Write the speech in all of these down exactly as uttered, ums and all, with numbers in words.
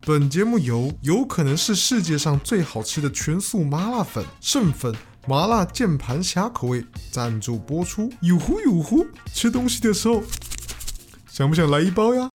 本节目由有可能是世界上最好吃的全素麻辣粉剩粉麻辣键盘侠口味赞助播出。有呼有呼，吃东西的时候想不想来一包呀？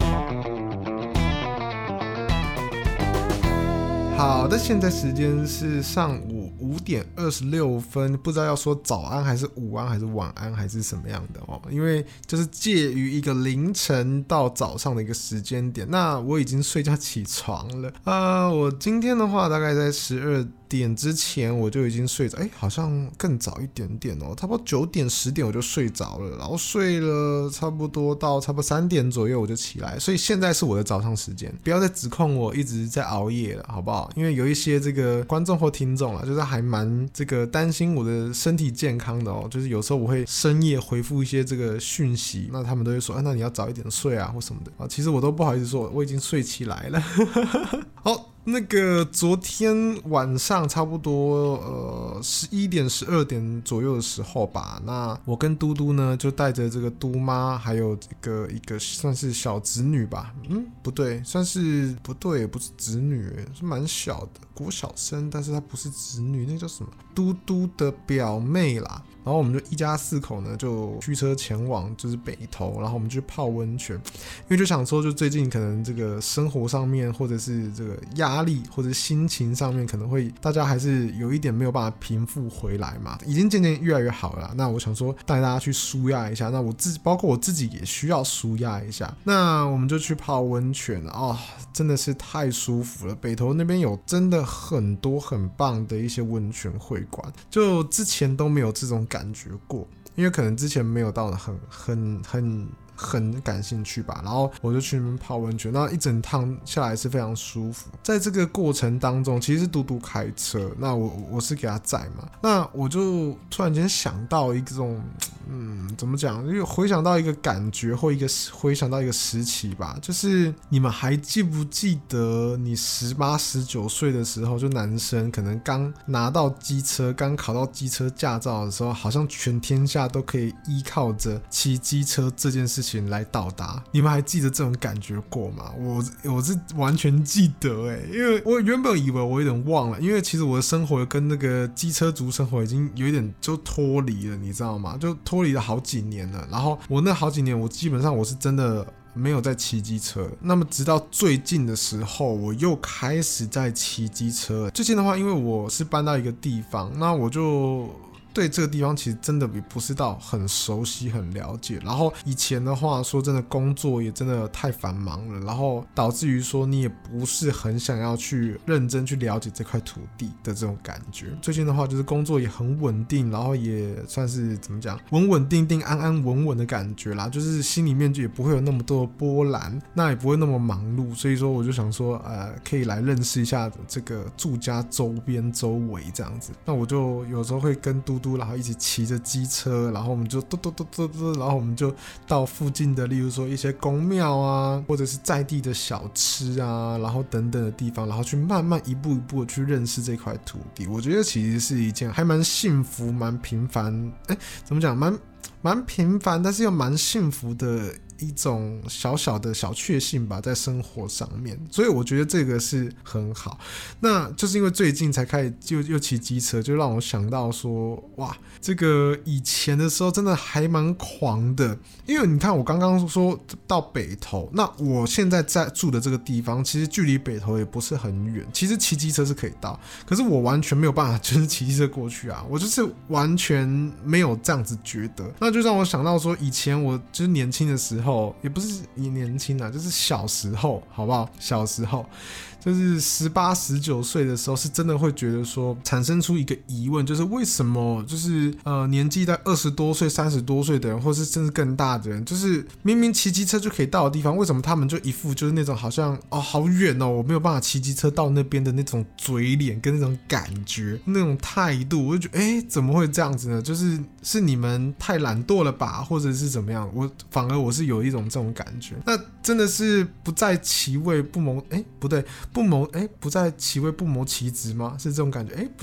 好的，现在时间是上午五点二十六分，不知道要说早安还是午安还是晚安还是什么样的哦，因为就是介于一个凌晨到早上的一个时间点。那我已经睡觉起床了，呃，我今天的话大概在十二点之前我就已经睡着，哎，好像更早一点点哦，差不多九点十点我就睡着了，然后睡了差不多到差不多三点左右我就起来，所以现在是我的早上时间，不要再指控我一直在熬夜了，好不好？因为有一些这个观众或听众啦，就是还蛮这个担心我的身体健康的哦，就是有时候我会深夜回复一些这个讯息，那他们都会说，啊，那你要早一点睡啊或什么的啊，其实我都不好意思说，我已经睡起来了。好。那个昨天晚上差不多呃十一点十二点左右的时候吧，那我跟嘟嘟呢就带着这个嘟妈还有这个一个算是小侄女吧，嗯不对，算是不对，不是侄女，是蛮小的国小生，但是她不是侄女，那叫什么嘟嘟的表妹啦。然后我们就一家四口呢，就驱车前往就是北投，然后我们去泡温泉，因为就想说，就最近可能这个生活上面，或者是这个压力，或者心情上面，可能会大家还是有一点没有办法平复回来嘛，已经渐渐越来越好了啦。那我想说带大家去抒压一下，那我自包括我自己也需要抒压一下，那我们就去泡温泉哦，真的是太舒服了。北投那边有真的很多很棒的一些温泉会馆，就之前都没有这种感觉过，因为可能之前没有到很很很很感兴趣吧，然后我就去那边泡温泉，那一整趟下来是非常舒服。在这个过程当中，其实是嘟嘟开车，那我我是给他载嘛，那我就突然间想到一种，嗯，怎么讲？因为回想到一个感觉或一个回想到一个时期吧，就是你们还记不记得你十八十九岁的时候，就男生可能刚拿到机车，刚考到机车驾照的时候，好像全天下都可以依靠着骑机车这件事情来到达，你们还记得这种感觉过吗？我我是完全记得哎、欸，因为我原本以为我有点忘了，因为其实我的生活跟那个机车族生活已经有一点就脱离了，你知道吗？就脱离了好几年了。然后我那好几年，我基本上我是真的没有在骑机车，那么直到最近的时候，我又开始在骑机车了。最近的话，因为我是搬到一个地方，那我就对这个地方其实真的也不是到很熟悉很了解，然后以前的话说真的工作也真的太繁忙了，然后导致于说你也不是很想要去认真去了解这块土地的这种感觉。最近的话就是工作也很稳定，然后也算是怎么讲稳稳定定安安稳稳的感觉啦，就是心里面就也不会有那么多的波澜，那也不会那么忙碌，所以说我就想说呃可以来认识一下这个住家周边周围这样子。那我就有时候会跟嘟然后一起骑着机车，然后我们就嘟嘟嘟嘟嘟，然后我们就到附近的例如说一些宫庙啊，或者是在地的小吃啊，然后等等的地方，然后去慢慢一步一步的去认识这块土地。我觉得其实是一件还蛮幸福蛮平凡，哎，怎么讲，蛮蛮平凡但是又蛮幸福的一种小小的小确幸吧，在生活上面，所以我觉得这个是很好。那就是因为最近才开始就又骑机车，就让我想到说，哇，这个以前的时候真的还蛮狂的。因为你看我刚刚说到北投，那我现在在住的这个地方其实距离北投也不是很远，其实骑机车是可以到，可是我完全没有办法就是骑机车过去啊，我就是完全没有这样子觉得。那就让我想到说，以前我就是年轻的时候，也不是年轻啊，就是小时候，好不好？小时候就是十八十九岁的时候，是真的会觉得说，产生出一个疑问，就是为什么就是呃年纪在二十多岁、三十多岁的人，或是甚至更大的人，就是明明骑机车就可以到的地方，为什么他们就一副就是那种好像哦好远哦，我没有办法骑机车到那边的那种嘴脸跟那种感觉、那种态度，我就觉得哎怎么会这样子呢？就是是你们太懒惰了吧，或者是怎么样？我反而我是有一种这种感觉，那真的是不在其位不谋，哎不对。不谋哎，不在其位不谋其职吗？是这种感觉？哎，不对，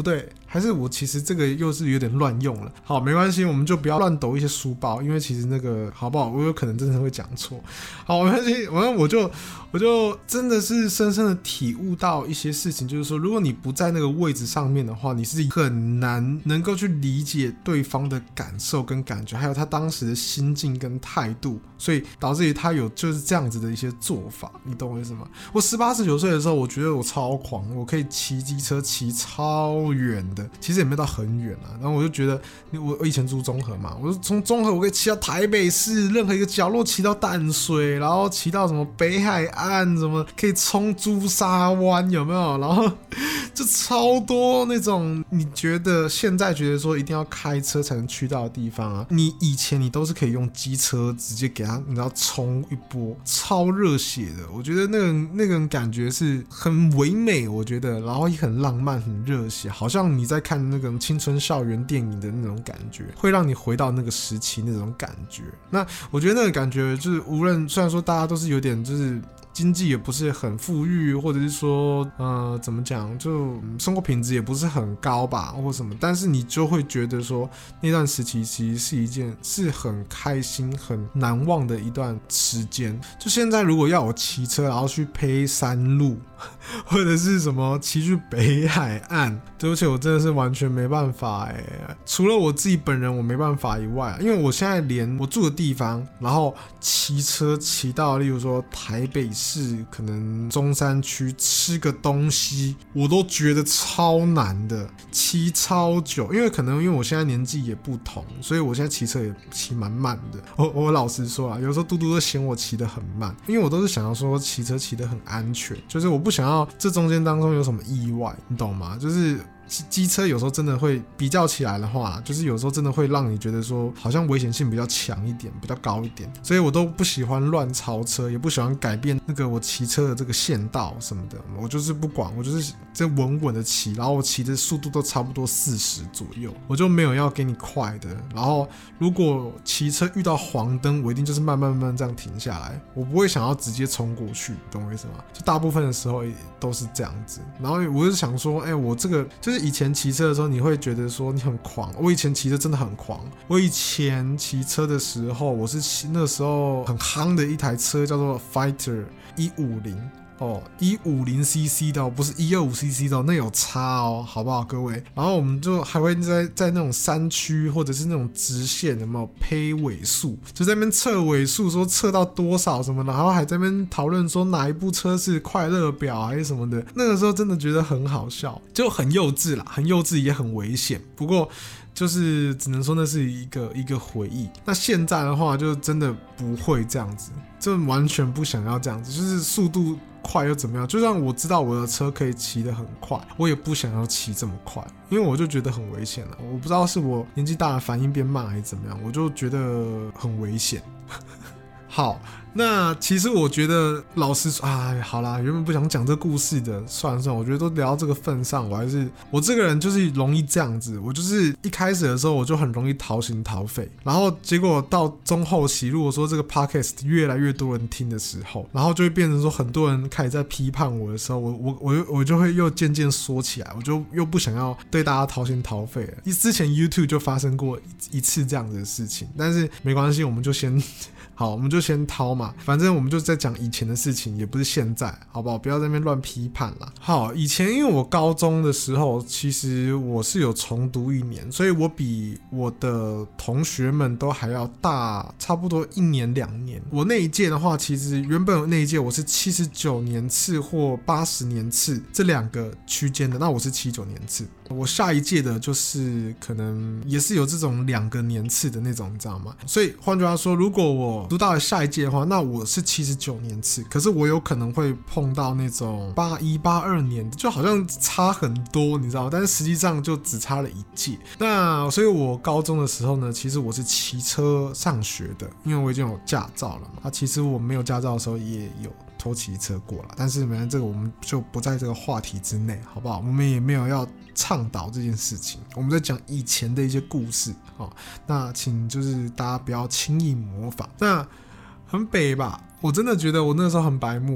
还是我其实这个又是有点乱用了。好，没关系，我们就不要乱抖一些书包，因为其实那个好不好，我有可能真的会讲错。好，没关系，我我就我就真的是深深的体悟到一些事情，就是说，如果你不在那个位置上面的话，你是很难能够去理解对方的感受跟感觉，还有他当时的心境跟态度，所以导致于他有就是这样子的一些做法，你懂我意思吗？我十八十九岁的时候，我觉得我超狂，我可以骑机车骑超远的，其实也没有到很远啊。然后我就觉得，我我以前住中和嘛，我就从中和我可以骑到台北市任何一个角落，骑到淡水，然后骑到什么北海岸，什么可以冲朱砂湾，有没有？然后就超多那种你觉得现在觉得说一定要开车才能去到的地方啊，你以前你都是可以用机车直接给他，你知道冲一波，超热血的。我觉得那个那个感觉是很唯美，我觉得，然后也很浪漫，很热血，好像你在看那个青春校园电影的那种感觉，会让你回到那个时期那种感觉。那我觉得那个感觉就是，无论虽然说大家都是有点就是经济也不是很富裕，或者是说呃怎么讲，就生活品质也不是很高吧，或什么，但是你就会觉得说那段时期其实是一件是很开心很难忘的一段时间。就现在如果要我骑车然后去配山路或者是什么骑去北海岸，对不起，我真的是完全没办法哎、欸。除了我自己本人我没办法以外，因为我现在连我住的地方，然后骑车骑到例如说台北市可能中山区吃个东西，我都觉得超难的，骑超久。因为可能因为我现在年纪也不同，所以我现在骑车也骑蛮慢的。我我老实说啊，有时候嘟嘟都嫌我骑得很慢，因为我都是想要说骑车骑得很安全，就是我不想要这中间当中有什么意外，你懂吗？就是机车有时候真的会比较起来的话，就是有时候真的会让你觉得说好像危险性比较强一点，比较高一点，所以我都不喜欢乱超车，也不喜欢改变那个我骑车的这个线道什么的，我就是不管，我就是这稳稳的骑，然后我骑的速度都差不多四十左右，我就没有要给你快的。然后如果骑车遇到黄灯，我一定就是慢慢慢慢这样停下来，我不会想要直接冲过去，懂我意思吗？就大部分的时候都是这样子。然后我就想说，哎、欸，我这个就是以前骑车的时候，你会觉得说你很狂。我以前骑车真的很狂。我以前骑车的时候，我是骑那时候很夯的一台车，叫做 Fighter 一五零。哦，一五零 C C 的、哦，不是一二五 C C 的、哦，那有差哦，好不好，各位？然后我们就还会在在那种山区或者是那种直线，有没有配尾数？就在那边测尾数，说测到多少什么的，然后还在那边讨论说哪一部车是快乐表还是什么的。那个时候真的觉得很好笑，就很幼稚啦，很幼稚也很危险。不过就是只能说那是一个一个回忆。那现在的话，就真的不会这样子，就完全不想要这样子，就是速度快又怎么样？就算我知道我的车可以骑得很快，我也不想要骑这么快，因为我就觉得很危险了。我不知道是我年纪大了反应变慢还是怎么样，我就觉得很危险。好，那其实我觉得老实说，哎，好啦，原本不想讲这故事的，算了算了，我觉得都聊到这个份上，我还是我这个人就是容易这样子，我就是一开始的时候我就很容易掏心掏肺，然后结果到中后期，如果说这个 podcast 越来越多人听的时候，然后就会变成说很多人开始在批判我的时候，我我我我就会又渐渐缩起来，我就又不想要对大家掏心掏肺了。之前 YouTube 就发生过一次这样子的事情，但是没关系，我们就先。好，我们就先掏嘛，反正我们就在讲以前的事情，也不是现在，好不好？不要在那边乱批判啦。好，以前因为我高中的时候，其实我是有重读一年，所以我比我的同学们都还要大，差不多一年两年。我那一届的话，其实原本那一届我是七十九年次或八十年次这两个区间的，那我是七十九年次。我下一届的就是可能也是有这种两个年次的那种，你知道吗？所以换句话说，如果我读到了下一届的话，那我是七十九年次，可是我有可能会碰到那种八一八二年的，就好像差很多，你知道吗？但是实际上就只差了一届。那所以我高中的时候呢，其实我是骑车上学的，因为我已经有驾照了嘛。啊，其实我没有驾照的时候也有偷骑车过了，但是没这个我们就不在这个话题之内，好不好？我们也没有要倡导这件事情，我们在讲以前的一些故事，哦，那请就是大家不要轻易模仿。那很北吧，我真的觉得我那时候很白目，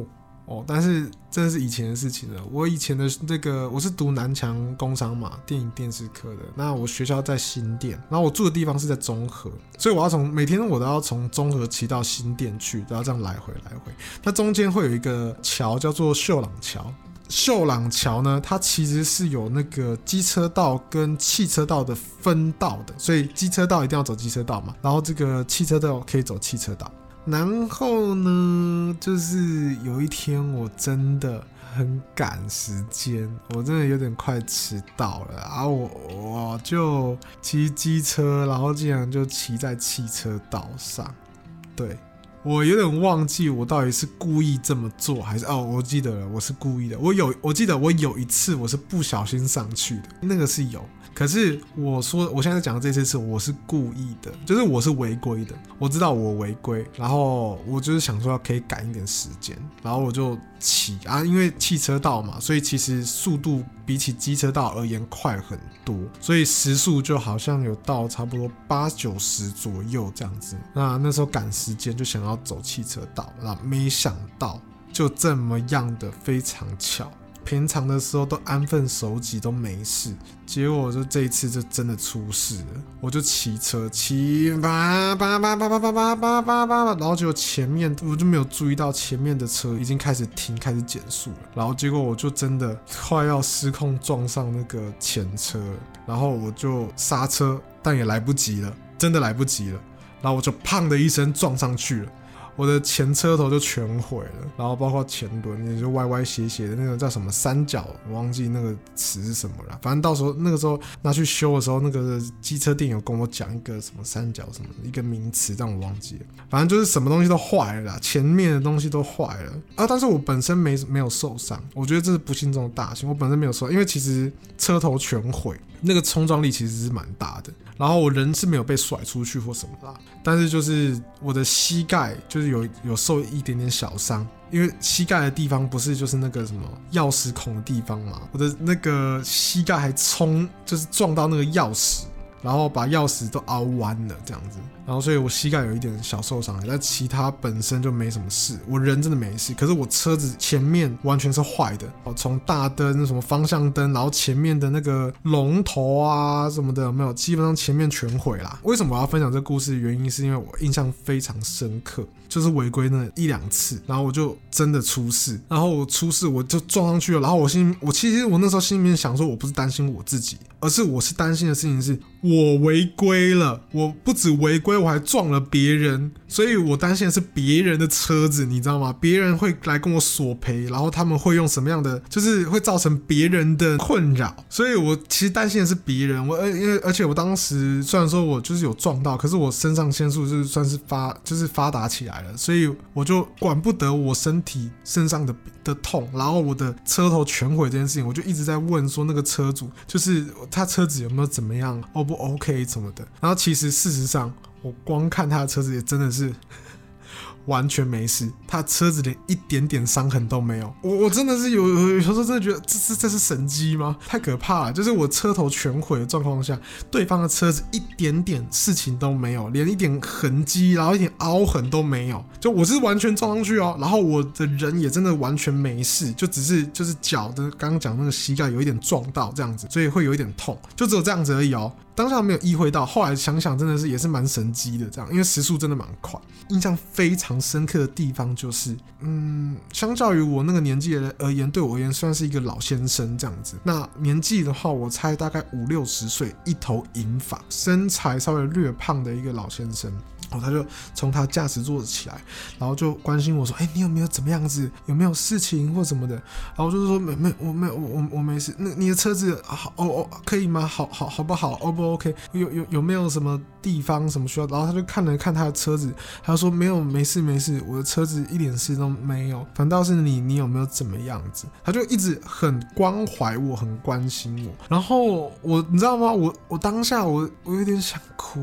哦，但是这是以前的事情了。我以前的这个我是读南强工商嘛，电影电视科的。那我学校在新店，然后我住的地方是在中和，所以我要从每天我都要从中和骑到新店去，然后这样来回来回。那中间会有一个桥叫做秀朗桥。秀朗桥呢，它其实是有那个机车道跟汽车道的分道的，所以机车道一定要走机车道嘛，然后这个汽车道可以走汽车道。然后呢，就是有一天我真的很赶时间，我真的有点快迟到了啊！我我就骑机车，然后竟然就骑在汽车道上。对，我有点忘记我到底是故意这么做，还是哦，我记得了，我是故意的。我有，我记得我有一次我是不小心上去的，那个是有。可是我说，我现在讲的这次是我是故意的，就是我是违规的，我知道我违规，然后我就是想说可以赶一点时间，然后我就骑啊，因为汽车道嘛，所以其实速度比起机车道而言快很多，所以时速就好像有到差不多八九十左右这样子。那那时候赶时间就想要走汽车道，那没想到就这么样的非常巧。平常的时候都安分守己都没事，结果我就这一次就真的出事了。我就骑车骑叭叭叭叭叭叭叭叭叭叭，然后结果前面我就没有注意到前面的车已经开始停开始减速了，然后结果我就真的快要失控撞上那个前车了，然后我就刹车，但也来不及了，真的来不及了，然后我就砰的一声撞上去了。我的前车头就全毁了，然后包括前轮也就歪歪斜斜的那个叫什么三角，我忘记那个词是什么了。反正到时候那个时候拿去修的时候，那个机车店有跟我讲一个什么三角什么一个名词，但我忘记了。反正就是什么东西都坏了啦，前面的东西都坏了啊。但是我本身没没有受伤，我觉得这是不幸中的大幸。我本身没有受伤，因为其实车头全毁，那个冲撞力其实是蛮大的。然后我人是没有被甩出去或什么啦，但是就是我的膝盖就是有有受一点点小伤，因为膝盖的地方不是就是那个什么钥匙孔的地方嘛，我的那个膝盖还冲就是撞到那个钥匙，然后把钥匙都凹弯了这样子，然后所以我膝盖有一点小受伤，但其他本身就没什么事，我人真的没事，可是我车子前面完全是坏的，从大灯什么方向灯，然后前面的那个龙头啊什么的有没有，基本上前面全毁啦。为什么我要分享这个故事的原因是因为我印象非常深刻，就是违规那一两次，然后我就真的出事，然后我出事我就撞上去了，然后我心我其实我那时候心里面想说，我不是担心我自己，而是我是担心的事情是我违规了，我不止违规，我还撞了别人，所以我担心的是别人的车子，你知道吗？别人会来跟我索赔，然后他们会用什么样的，就是会造成别人的困扰，所以我其实担心的是别人。我因为而且我当时虽然说我就是有撞到，可是我肾上腺素就是算是发就是发达起来了，所以我就管不得我身体身上的的痛，然后我的车头全毁这件事情，我就一直在问说那个车主，就是他车子有没有怎么样 ，O 不 OK 什么的。然后其实事实上，我光看他的车子也真的是完全没事，他车子连一点点伤痕都没有。我我真的是有有时候真的觉得这是这是神机吗？太可怕了！就是我车头全毁的状况下，对方的车子一点点事情都没有，连一点痕迹，然后一点凹痕都没有。就我是完全撞上去哦，然后我的人也真的完全没事，就只是就是脚的刚刚讲那个膝盖有一点撞到这样子，所以会有一点痛，就只有这样子而已哦。当下没有意会到，后来想想真的是也是蛮神机的这样，因为时速真的蛮快。印象非常深刻的地方就是，嗯，相较于我那个年纪而言，对我而言算是一个老先生这样子。那年纪的话，我猜大概五六十岁，一头银发，身材稍微略胖的一个老先生。然后他就从他驾驶座起来，然后就关心我说：“哎、欸，你有没有怎么样子？有没有事情或什么的？”然后我就说：“没没，我没我我我没事。那你的车子好哦哦可以吗？好好好不好 ？O 不 OK？ 有有有没有什么地方什么需要？”然后他就看了看他的车子，他说：“没有，没事没事，我的车子一点事都没有。反倒是你，你有没有怎么样子？”他就一直很关怀我，很关心我。然后我你知道吗？我我当下我我有点想哭。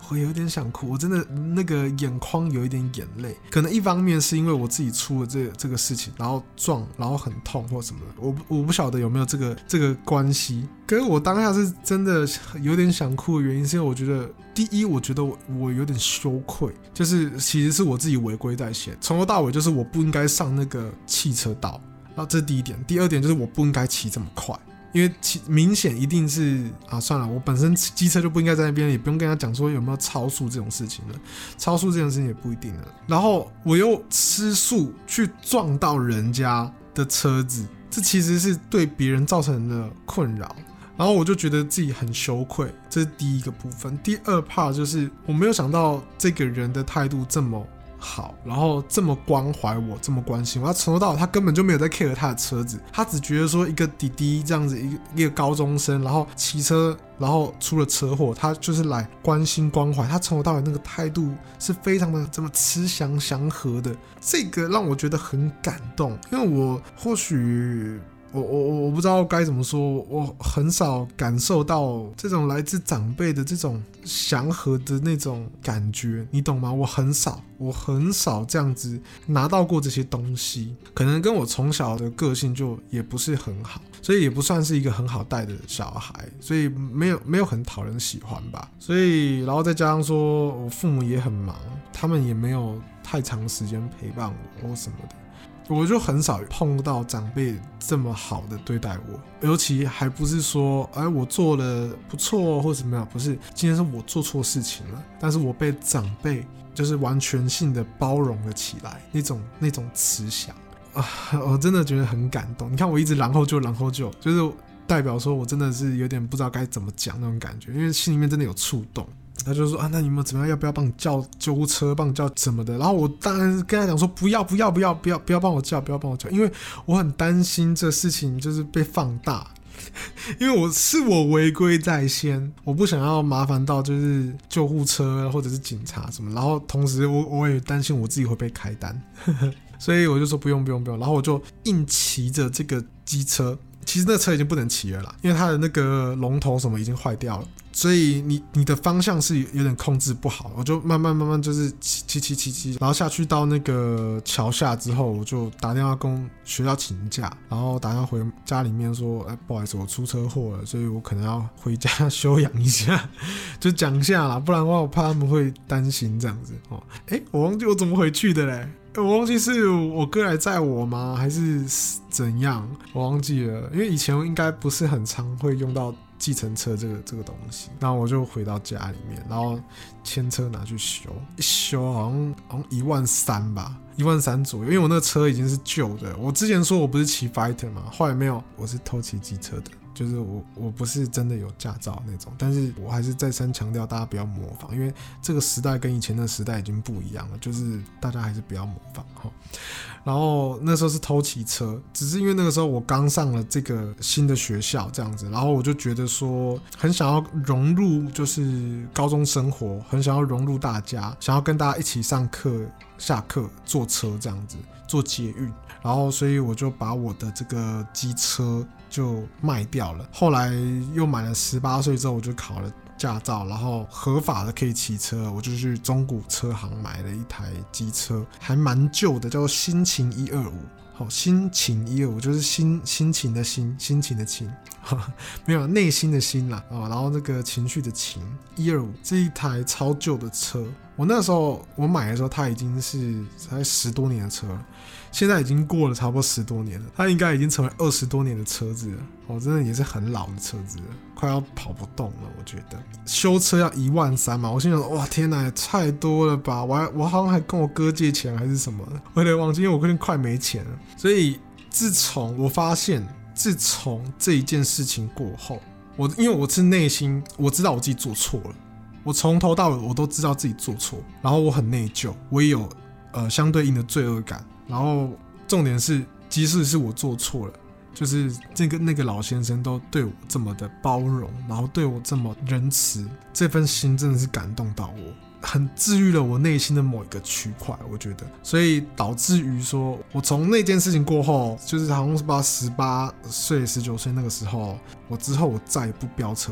我有点想哭，我真的那个眼眶有一点眼泪。可能一方面是因为我自己出了这个、这个事情，然后撞，然后很痛或什么的，我我不晓得有没有这个这个关系。可是我当下是真的有点想哭的原因，是因为我觉得，第一，我觉得我我有点羞愧，就是其实是我自己违规在先，从头到尾就是我不应该上那个汽车道，然后这是第一点。第二点就是我不应该骑这么快。因为明显一定是啊，算了，我本身机车就不应该在那边，也不用跟他讲说有没有超速这种事情了，超速这种事情也不一定了。然后我又失速去撞到人家的车子，这其实是对别人造成的困扰。然后我就觉得自己很羞愧，这是第一个部分。第二 part 就是我没有想到这个人的态度这么好，然后这么关怀我，这么关心我。他从头到尾他根本就没有在 care 他的车子，他只觉得说一个弟弟这样子，一个一个高中生，然后骑车，然后出了车祸，他就是来关心关怀。他从头到尾那个态度是非常的这么慈祥祥和的，这个让我觉得很感动。因为我或许。我我我不知道该怎么说，我很少感受到这种来自长辈的这种祥和的那种感觉，你懂吗？我很少，我很少这样子拿到过这些东西，可能跟我从小的个性就也不是很好，所以也不算是一个很好带的小孩，所以没有没有很讨人喜欢吧。所以然后再加上说我父母也很忙，他们也没有太长时间陪伴我或什么的。我就很少碰到长辈这么好的对待我，尤其还不是说，哎，我做了不错或怎么样，不是，今天是我做错事情了，但是我被长辈就是完全性的包容了起来，那种那种慈祥啊，我真的觉得很感动。你看我一直然后就然后就，就是代表说我真的是有点不知道该怎么讲那种感觉，因为心里面真的有触动。他就说啊，那你们怎么样？要不要帮你叫救护车？帮你叫什么的？然后我当然跟他讲说，不要，不要，不要，不要，不要帮我叫，不要帮我叫，因为我很担心这事情就是被放大，因为我是我违规在先，我不想要麻烦到就是救护车或者是警察什么，然后同时我我也担心我自己会被开单，所以我就说不用不用不用，然后我就硬骑着这个机车。其实那车已经不能骑了啦，因为它的那个龙头什么已经坏掉了，所以你你的方向是有点控制不好。我就慢慢慢慢就是骑骑骑骑，然后下去到那个桥下之后，我就打电话跟学校请假，然后打电话回家里面说，哎，不好意思，我出车祸了，所以我可能要回家休养一下，就讲一下啦，不然的话我怕他们会担心这样子哦。哎，我忘记我怎么回去的嘞。我忘记是我哥来载我吗？还是怎样？我忘记了，因为以前应该不是很常会用到计程车这个这个东西。然后我就回到家里面，然后牵车拿去修，一修好像好像一万三吧，一万三左右。因为我那个车已经是旧的，我之前说我不是骑 Fighter 嘛，后来没有，我是偷骑机车的。就是我我不是真的有驾照那种，但是我还是再三强调大家不要模仿，因为这个时代跟以前的时代已经不一样了，就是大家还是不要模仿齁。然后那时候是偷骑车，只是因为那个时候我刚上了这个新的学校这样子，然后我就觉得说很想要融入就是高中生活，很想要融入大家，想要跟大家一起上课下课坐车这样子坐捷运，然后所以我就把我的这个机车就卖掉了。后来又买了十八岁之后我就考了驾照，然后合法的可以骑车，我就去中古车行买了一台机车，还蛮旧的，叫做心情一二五。好，心情一二五就是心心情的心，心情的情，没有内心的心啦，然后那个情绪的情。一二五这一台超旧的车，我那时候我买的时候它已经是才十多年的车了，现在已经过了差不多十多年了，它应该已经成为二十多年的车子了。哦，真的也是很老的车子了，快要跑不动了。我觉得修车要一万三嘛，我心想说哇天哪，也太多了吧！我还我好像还跟我哥借钱还是什么的，我有点忘记，因为我可能快没钱了。所以自从我发现，自从这一件事情过后，我因为我是内心我知道我自己做错了，我从头到尾我都知道自己做错，然后我很内疚，我也有呃相对应的罪恶感。然后重点是，即使是我做错了，就是这个那个老先生都对我这么的包容，然后对我这么仁慈，这份心真的是感动到我，很治愈了我内心的某一个区块，我觉得。所以导致于说，我从那件事情过后，就是好像是把十八岁、十九岁那个时候，我之后我再也不飙车了。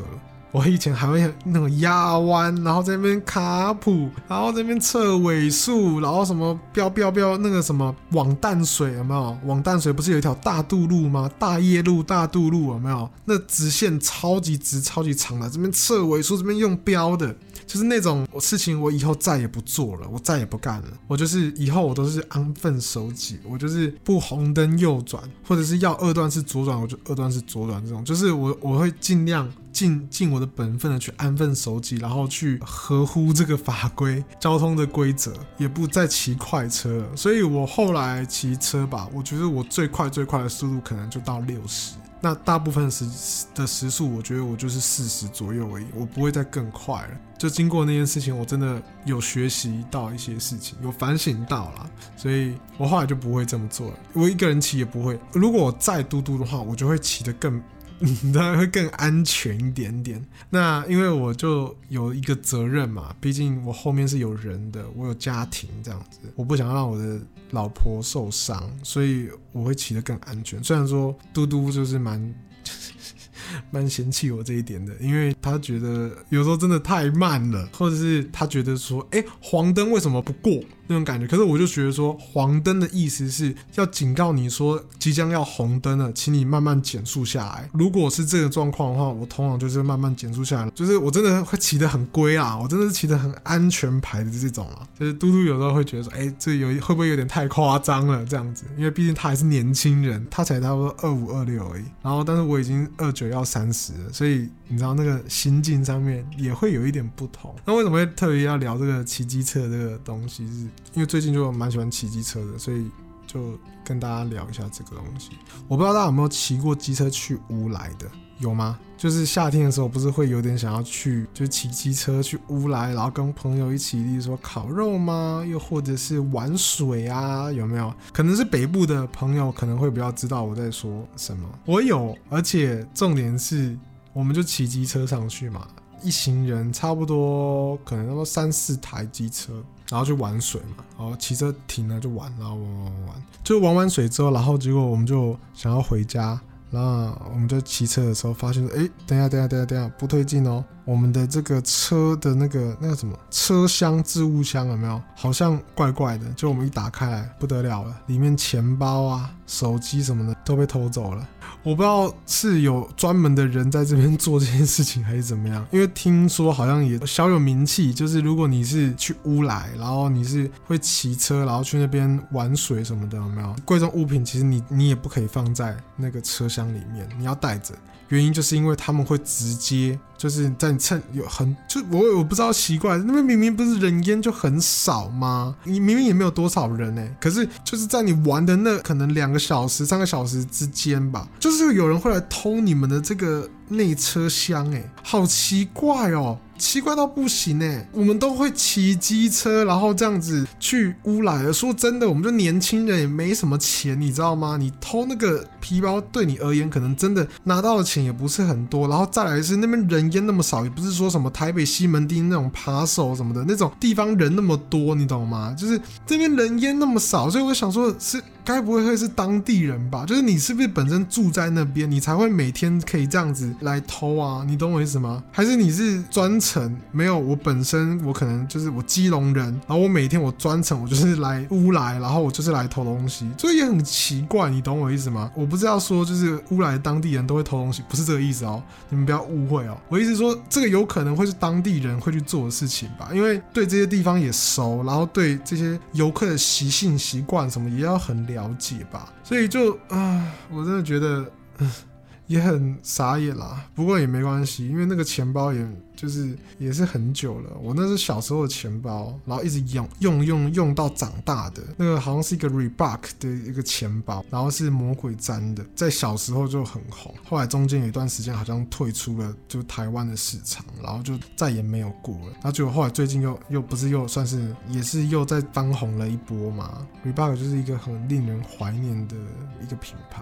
我以前还会那种压弯，然后在那边卡普，然后在那边测尾数，然后什么标标标那个什么往淡水有没有？往淡水不是有一条大渡路吗？大业路、大渡路有没有？那直线超级直、超级长的，这边测尾数，这边用标的。就是那种事情，我以后再也不做了，我再也不干了。我就是以后我都是安分守己，我就是不红灯右转，或者是要二段式左转，我就二段式左转。这种就是我我会尽量尽尽我的本分的去安分守己，然后去合乎这个法规、交通的规则，也不再骑快车了。所以我后来骑车吧，我觉得我最快最快的速度可能就到六十。那大部分时的时速，我觉得我就是四十左右而已，我不会再更快了。就经过那件事情，我真的有学习到一些事情，有反省到啦，所以我后来就不会这么做了。我一个人骑也不会，如果我再嘟嘟的话，我就会骑得更当然会更安全一点点。那因为我就有一个责任嘛，毕竟我后面是有人的，我有家庭这样子，我不想要让我的老婆受伤，所以我会骑得更安全。虽然说嘟嘟就是蛮蛮嫌弃我这一点的，因为他觉得有时候真的太慢了，或者是他觉得说，哎、欸，黄灯为什么不过那种感觉。可是我就觉得说，黄灯的意思是要警告你说即将要红灯了，请你慢慢减速下来。如果是这个状况的话，我通常就是慢慢减速下来，就是我真的会骑得很龟啊，我真的是骑得很安全牌的这种啊。就是嘟嘟有时候会觉得说，哎、欸，这有会不会有点太夸张了这样子？因为毕竟他还是年轻人，他才差不多二五二六而已，然后但是我已经二九要三十了，所以你知道那个心境上面也会有一点不同。那为什么会特别要聊这个骑机车的这个东西？是因为最近就蛮喜欢骑机车的，所以就跟大家聊一下这个东西。我不知道大家有没有骑过机车去乌来的，有吗？就是夏天的时候不是会有点想要去，就是骑机车去乌来，然后跟朋友一起，例如说烤肉吗？又或者是玩水啊，有没有？可能是北部的朋友可能会比较知道我在说什么。我有，而且重点是，我们就骑机车上去嘛，一行人差不多可能都三四台机车，然后去玩水嘛，然后骑车停了就玩，然后玩玩玩玩，就玩完水之后，然后结果我们就想要回家。然后我们就骑车的时候发现说，哎，等一下，等一下，等一下，等一下，不对劲哦！我们的这个车的那个那个什么车厢置物箱有没有？好像怪怪的。就我们一打开来，不得了了，里面钱包啊、手机什么的都被偷走了。我不知道是有专门的人在这边做这件事情，还是怎么样。因为听说好像也小有名气，就是如果你是去乌来，然后你是会骑车，然后去那边玩水什么的，有没有？贵重物品其实你你也不可以放在那个车厢里面，你要带着。原因就是因为他们会直接就是在你趁有很就我我不知道奇怪，那边明明不是人烟就很少吗？你明明也没有多少人哎、欸，可是就是在你玩的那可能两个小时、三个小时之间吧，就是有人会来偷你们的这个内车厢哎、欸，好奇怪哦。奇怪到不行哎、欸！我们都会骑机车，然后这样子去乌来了。说真的，我们就年轻人也没什么钱，你知道吗？你偷那个皮包，对你而言可能真的拿到的钱也不是很多。然后再来是那边人烟那么少，也不是说什么台北西门町那种扒手什么的那种地方人那么多，你懂吗？就是这边人烟那么少，所以我想说是该不会会是当地人吧？就是你是不是本身住在那边，你才会每天可以这样子来偷啊？你懂我意思吗？还是你是专程？没有，我本身我可能就是我基隆人，然后我每天我专程我就是来乌来，然后我就是来偷东西，所以也很奇怪，你懂我意思吗？我不是要说就是乌来的当地人都会偷东西，不是这个意思哦，你们不要误会哦。我意思说这个有可能会是当地人会去做的事情吧，因为对这些地方也熟，然后对这些游客的习性习惯什么也要很了解吧，所以就啊，我真的觉得。呃也很傻眼啦，不过也没关系，因为那个钱包也就是也是很久了，我那是小时候的钱包，然后一直用用用用到长大的，那个好像是一个 Reebok 的一个钱包，然后是魔鬼毡的，在小时候就很红，后来中间有一段时间好像退出了就台湾的市场，然后就再也没有过了，然后结果后来最近又又不是又算是也是又再翻红了一波嘛。 Reebok 就是一个很令人怀念的一个品牌。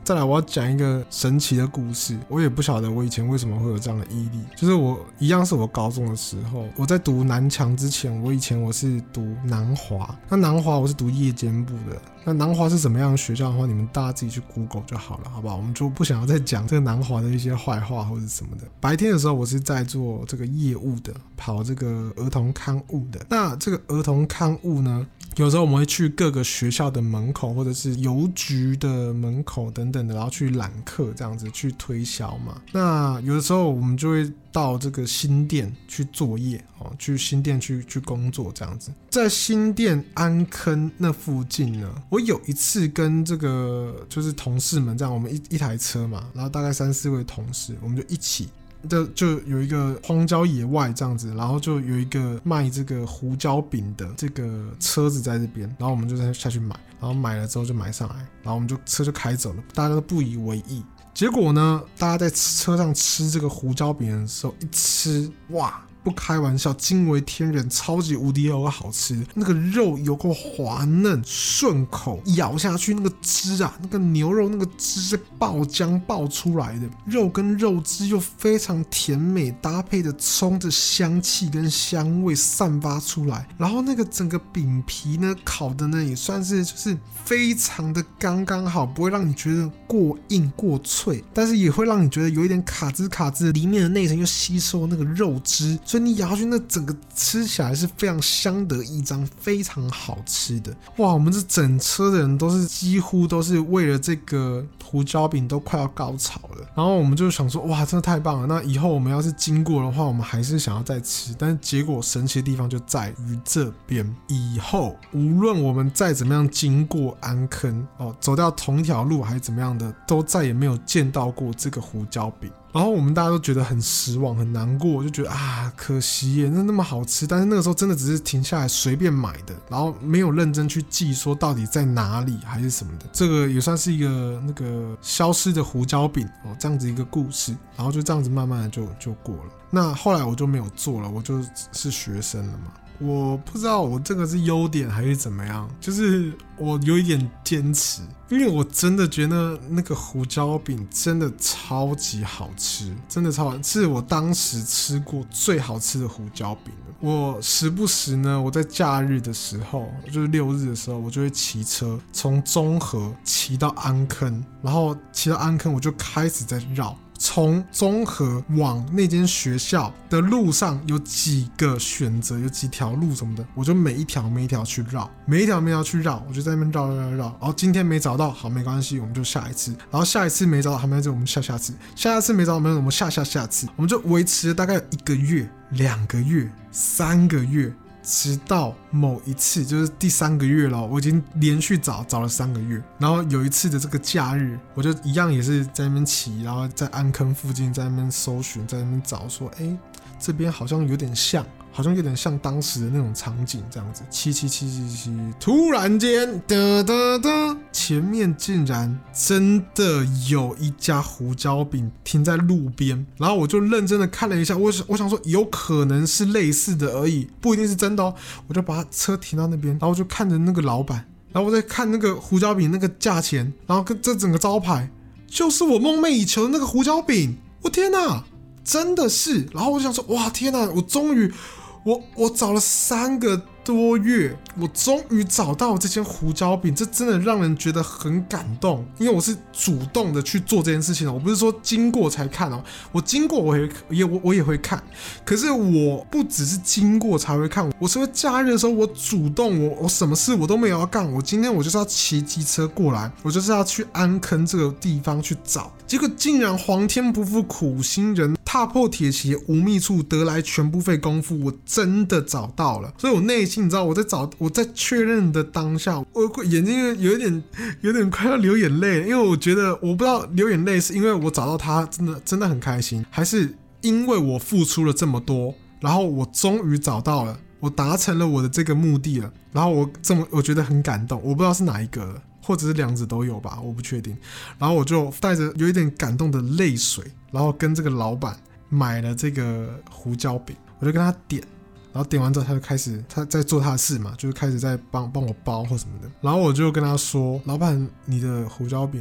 再来我要讲一个神奇的故事，我也不晓得我以前为什么会有这样的毅力，就是我一样是我高中的时候，我在读南强之前，我以前我是读南华，那南华我是读夜间部的，那南华是什么样的学校的话，你们大家自己去 Google 就好了，好不好？我们就不想要再讲这个南华的一些坏话或者什么的。白天的时候我是在做这个业务的，跑这个儿童刊物的。那这个儿童刊物呢，有时候我们会去各个学校的门口或者是邮局的门口等等的，然后去揽客这样子去推销嘛。那有的时候我们就会到这个新店去作业、哦、去新店去去工作这样子。在新店安坑那附近呢，我有一次跟这个就是同事们这样，我们 一, 一台车嘛，然后大概三四位同事，我们就一起就就有一个荒郊野外这样子，然后就有一个卖这个胡椒饼的这个车子在这边，然后我们就再下去买，然后买了之后就买上来，然后我们就车就开走了，大家都不以为意。结果呢，大家在车上吃这个胡椒饼的时候，一吃，哇！不开玩笑，惊为天人，超级无敌有个好吃，那个肉有够滑嫩顺口，咬下去那个汁啊，那个牛肉那个汁是爆浆爆出来的，肉跟肉汁又非常甜美，搭配的葱的香气跟香味散发出来，然后那个整个饼皮呢烤的呢也算是就是非常的刚刚好，不会让你觉得过硬过脆，但是也会让你觉得有一点卡滋卡滋，里面的内层又吸收那个肉汁，所以你咬下去那整个吃起来是非常相得益彰，非常好吃的。哇，我们这整车的人都是几乎都是为了这个胡椒饼都快要高潮了，然后我们就想说，哇，真的太棒了，那以后我们要是经过的话，我们还是想要再吃。但是结果神奇的地方就在于这边，以后无论我们再怎么样经过安坑、哦、走掉同一条路还是怎么样的，都再也没有见到过这个胡椒饼。然后我们大家都觉得很失望很难过，就觉得啊可惜耶，那那么好吃，但是那个时候真的只是停下来随便买的，然后没有认真去记说到底在哪里还是什么的。这个也算是一个那个消失的胡椒饼、哦、这样子一个故事，然后就这样子慢慢的就就过了。那后来我就没有做了，我就是学生了嘛。我不知道我这个是优点还是怎么样，就是我有一点坚持，因为我真的觉得那个胡椒饼真的超级好吃，真的超好吃，是我当时吃过最好吃的胡椒饼了。我时不时呢，我在假日的时候，就是六日的时候，我就会骑车从中和骑到安坑，然后骑到安坑我就开始在绕。从中和往那间学校的路上有几个选择，有几条路什么的，我就每一条每一条去绕，每一条每一条去绕，我就在那边绕绕绕绕。然后今天没找到，好没关系，我们就下一次。然后下一次没找到，好没关系，我们下下次。下下次没找到，没有我们下下下次。我们就维持了大概一个月、两个月、三个月。直到某一次就是第三个月了，我已经连续找找了三个月，然后有一次的这个假日，我就一样也是在那边骑，然后在安坑附近在那边搜寻，在那边找说，哎，这边好像有点像，好像有点像当时的那种场景这样子，骑骑骑骑骑，突然间，哒哒哒，前面竟然真的有一家胡椒饼停在路边，然后我就认真的看了一下，我想我想说有可能是类似的而已，不一定是真的哦，我就把车停到那边，然后我就看着那个老板，然后我在看那个胡椒饼那个价钱，然后跟这整个招牌，就是我梦寐以求的那个胡椒饼，我天哪！真的是，然后我就想说，哇，天哪！我终于，我我找了三个多月，我终于找到这间胡椒饼，这真的让人觉得很感动。因为我是主动的去做这件事情的，我不是说经过才看哦，我经过我也也我我也会看，可是我不只是经过才会看，我是会假日的时候我主动，我我什么事我都没有要干，我今天我就是要骑机车过来，我就是要去安坑这个地方去找，结果竟然皇天不负苦心人，踏破铁鞋无觅处，得来全不费工夫，我真的找到了。所以我内心你知道我在找我在确认的当下，我眼睛有点有点快要流眼泪，因为我觉得我不知道流眼泪是因为我找到他真的真的很开心，还是因为我付出了这么多，然后我终于找到了，我达成了我的这个目的了，然后我这么我觉得很感动，我不知道是哪一个了，或者是两者都有吧，我不确定。然后我就带着有一点感动的泪水，然后跟这个老板买了这个胡椒饼，我就跟他点，然后点完之后他就开始他在做他的事嘛，就是开始在帮帮我包或什么的。然后我就跟他说，老板，你的胡椒饼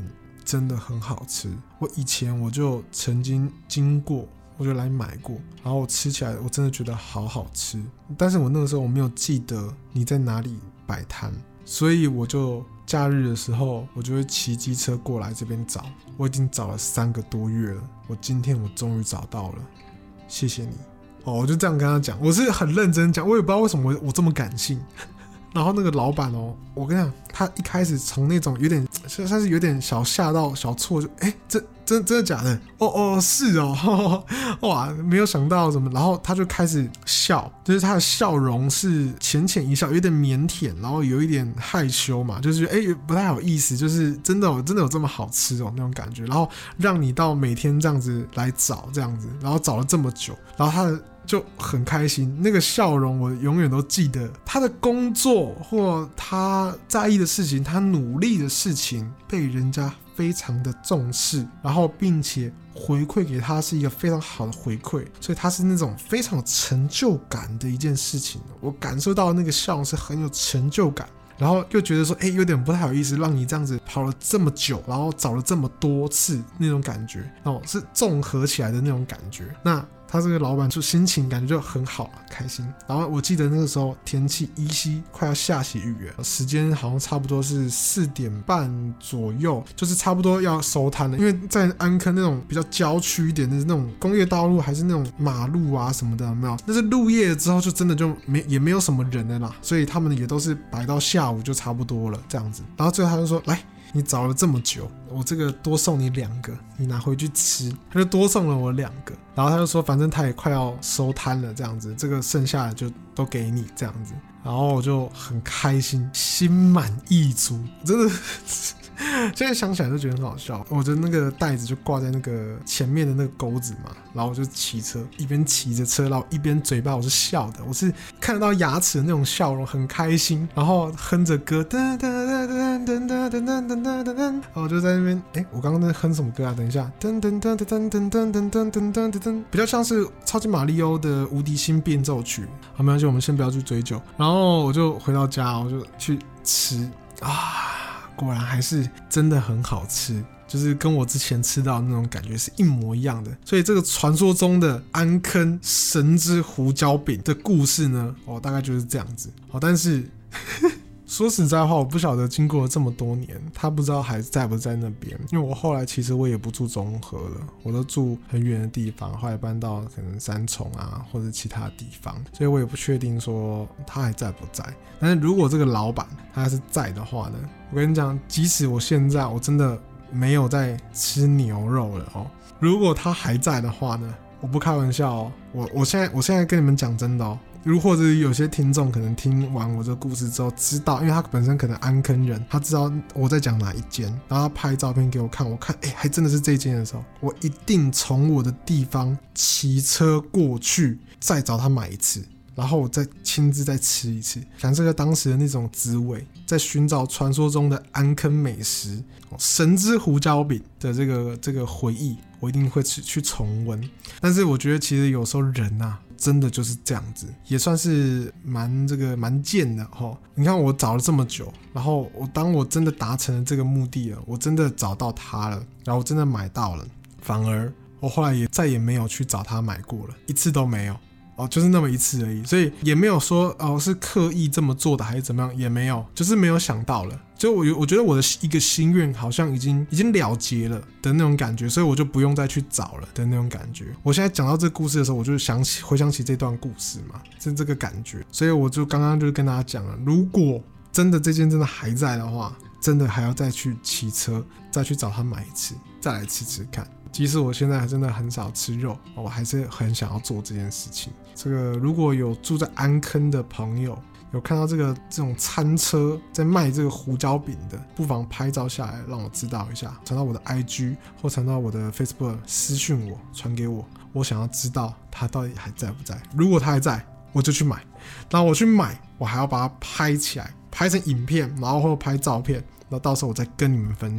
真的很好吃。我以前我就曾经经过，我就来买过，然后我吃起来我真的觉得好好吃，但是我那个时候我没有记得你在哪里摆摊，所以我就假日的时候我就会骑机车过来这边找，我已经找了三个多月了，我今天我终于找到了，谢谢你哦，我就这样跟他讲，我是很认真讲，我也不知道为什么 我, 我这么感性。然后那个老板哦，我跟你讲，他一开始从那种有点算是有点小吓到小错，就哎，这真真的假的？哦哦是哦，呵呵哇，没有想到什么。然后他就开始笑，就是他的笑容是浅浅一笑，有点腼腆，然后有一点害羞嘛，就是哎不太好意思，就是真的有真的有这么好吃哦那种感觉。然后让你到每天这样子来找这样子，然后找了这么久，然后他的。就很开心，那个笑容我永远都记得。他的工作或他在意的事情，他努力的事情被人家非常的重视，然后并且回馈给他是一个非常好的回馈，所以他是那种非常有成就感的一件事情。我感受到那个笑容是很有成就感，然后又觉得说哎、欸，有点不太好意思让你这样子跑了这么久，然后找了这么多次那种感觉哦，是综合起来的那种感觉。那他这个老板就心情感觉就很好，很开心。然后我记得那个时候天气依稀快要下起雨了，时间好像差不多是四点半左右，就是差不多要收摊了。因为在安坑那种比较郊区一点的那种工业道路，还是那种马路啊什么的，有没有？那是入夜之后就真的就没也没有什么人了啦，所以他们也都是摆到下午就差不多了这样子。然后最后他就说来。你找了这么久，我这个多送你两个，你拿回去吃。他就多送了我两个，然后他就说反正他也快要收摊了这样子，这个剩下的就都给你这样子。然后我就很开心，心满意足，真的现在想起来就觉得很好笑。我的那个袋子就挂在那个前面的那个钩子嘛，然后我就骑车，一边骑着车，然后一边嘴巴我是笑的，我是看得到牙齿的那种笑容，很开心，然后哼着歌，噔噔噔噔噔噔噔噔噔噔，然后我就在那边，哎，我刚刚在哼什么歌啊？等一下，噔噔噔噔噔噔噔噔噔噔噔噔，比较像是超级马里奥的无敌星变奏曲。好，没关系，我们先不要去追究。然后我就回到家，我就去吃啊。果然还是真的很好吃，就是跟我之前吃到的那种感觉是一模一样的。所以这个传说中的安坑神之胡椒饼的故事呢，哦，大概就是这样子。好，但是说实在话，我不晓得经过了这么多年，他不知道还在不在那边。因为我后来其实我也不住中和了，我都住很远的地方，后来搬到可能三重啊或者其他地方，所以我也不确定说他还在不在。但是如果这个老板他还是在的话呢，我跟你讲，即使我现在我真的没有在吃牛肉了哦，如果他还在的话呢，我不开玩笑哦，我我现在我现在跟你们讲真的哦。如或者有些听众可能听完我这个故事之后知道，因为他本身可能安坑人，他知道我在讲哪一间，然后他拍照片给我看，我看哎、欸，还真的是这一间的时候，我一定从我的地方骑车过去，再找他买一次，然后我再亲自再吃一次，感受一下当时的那种滋味，在寻找传说中的安坑美食神之胡椒饼的这个这个回忆，我一定会去去重温。但是我觉得其实有时候人啊真的就是这样子，也算是蛮这个蛮贱的齁。你看我找了这么久，然后我当我真的达成了这个目的了，我真的找到它了，然后我真的买到了，反而我后来也再也没有去找它买过了，一次都没有。哦，就是那么一次而已，所以也没有说哦是刻意这么做的还是怎么样，也没有，就是没有想到了。就我我觉得我的一个心愿好像已经已经了结了的那种感觉，所以我就不用再去找了的那种感觉。我现在讲到这个故事的时候，我就想起回想起这段故事嘛，是这个感觉。所以我就刚刚就跟大家讲了，如果真的这件真的还在的话，真的还要再去骑车，再去找他买一次，再来吃吃看。即使我现在真的很少吃肉，我还是很想要做这件事情。这个如果有住在安坑的朋友，有看到这个这种餐车在卖这个胡椒饼的，不妨拍照下来让我知道一下，传到我的 I G 或传到我的 Facebook 私讯我，传给我，我想要知道他到底还在不在。如果他还在，我就去买，然后我去买，我还要把它拍起来，拍成影片，然后或拍照片，然后到时候我再跟你们分享。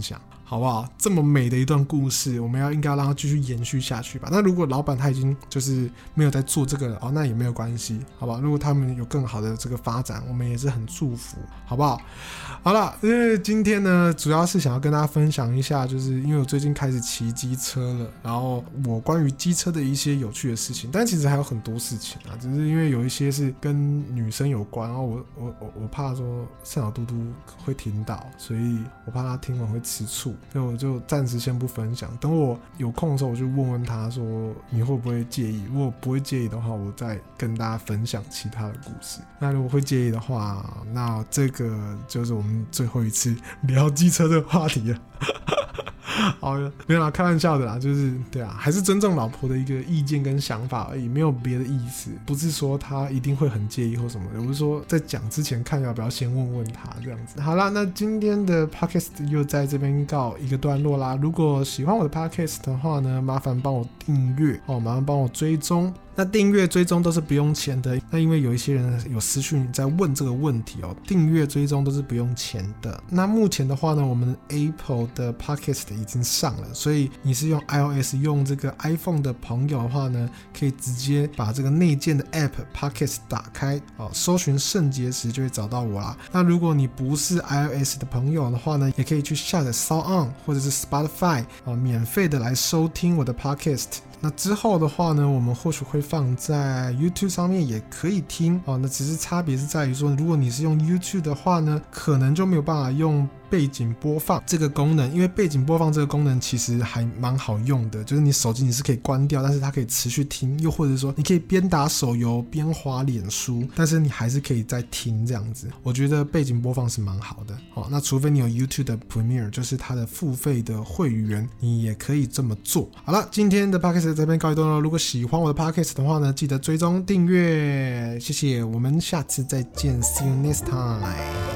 好不好？这么美的一段故事，我们要应该让它继续延续下去吧。那如果老板他已经就是没有在做这个了哦，那也没有关系，好不好？如果他们有更好的这个发展，我们也是很祝福，好不好？好了，因为今天呢，主要是想要跟大家分享一下，就是因为我最近开始骑机车了，然后我关于机车的一些有趣的事情，但其实还有很多事情啊，只是因为有一些是跟女生有关，然后我我我我怕说圣老嘟嘟会听到，所以我怕他听完会吃醋，所以我就暂时先不分享。等我有空的时候，我就问问他说你会不会介意？如果不会介意的话，我再跟大家分享其他的故事。那如果会介意的话，那这个就是我们最后一次聊机车这个话题了。好，没有啦，开玩笑的啦，就是对啊，还是尊重老婆的一个意见跟想法而已，没有别的意思，不是说她一定会很介意或什么的，我是说在讲之前看要不要先问问她这样子。好啦，那今天的 podcast 又在这边告一个段落啦。如果喜欢我的 podcast 的话呢，麻烦帮我订阅哦，麻烦帮我追踪。那订阅追踪都是不用钱的，那因为有一些人有私讯在问这个问题哦，订阅追踪都是不用钱的。那目前的话呢，我们 Apple 的 Podcast 已经上了，所以你是用 iOS 用这个 iPhone 的朋友的话呢，可以直接把这个内建的 App Podcast 打开哦，搜寻肾结石就会找到我啦。那如果你不是 iOS 的朋友的话呢，也可以去下载 SoundOn 或者是 Spotify 哦，免费的来收听我的 Podcast。那之后的话呢，我们或许会放在 YouTube 上面也可以听哦。那只是差别是在于说，如果你是用 YouTube 的话呢，可能就没有办法用背景播放这个功能，因为背景播放这个功能其实还蛮好用的，就是你手机你是可以关掉，但是它可以持续听，又或者说你可以边打手游边滑脸书，但是你还是可以在听这样子。我觉得背景播放是蛮好的哦。那除非你有 YouTube 的 Premiere， 就是它的付费的会员，你也可以这么做。好了，今天的 Podcast 在这边告一段落。如果喜欢我的 Podcast 的话呢，记得追踪订阅，谢谢，我们下次再见 ，See you next time。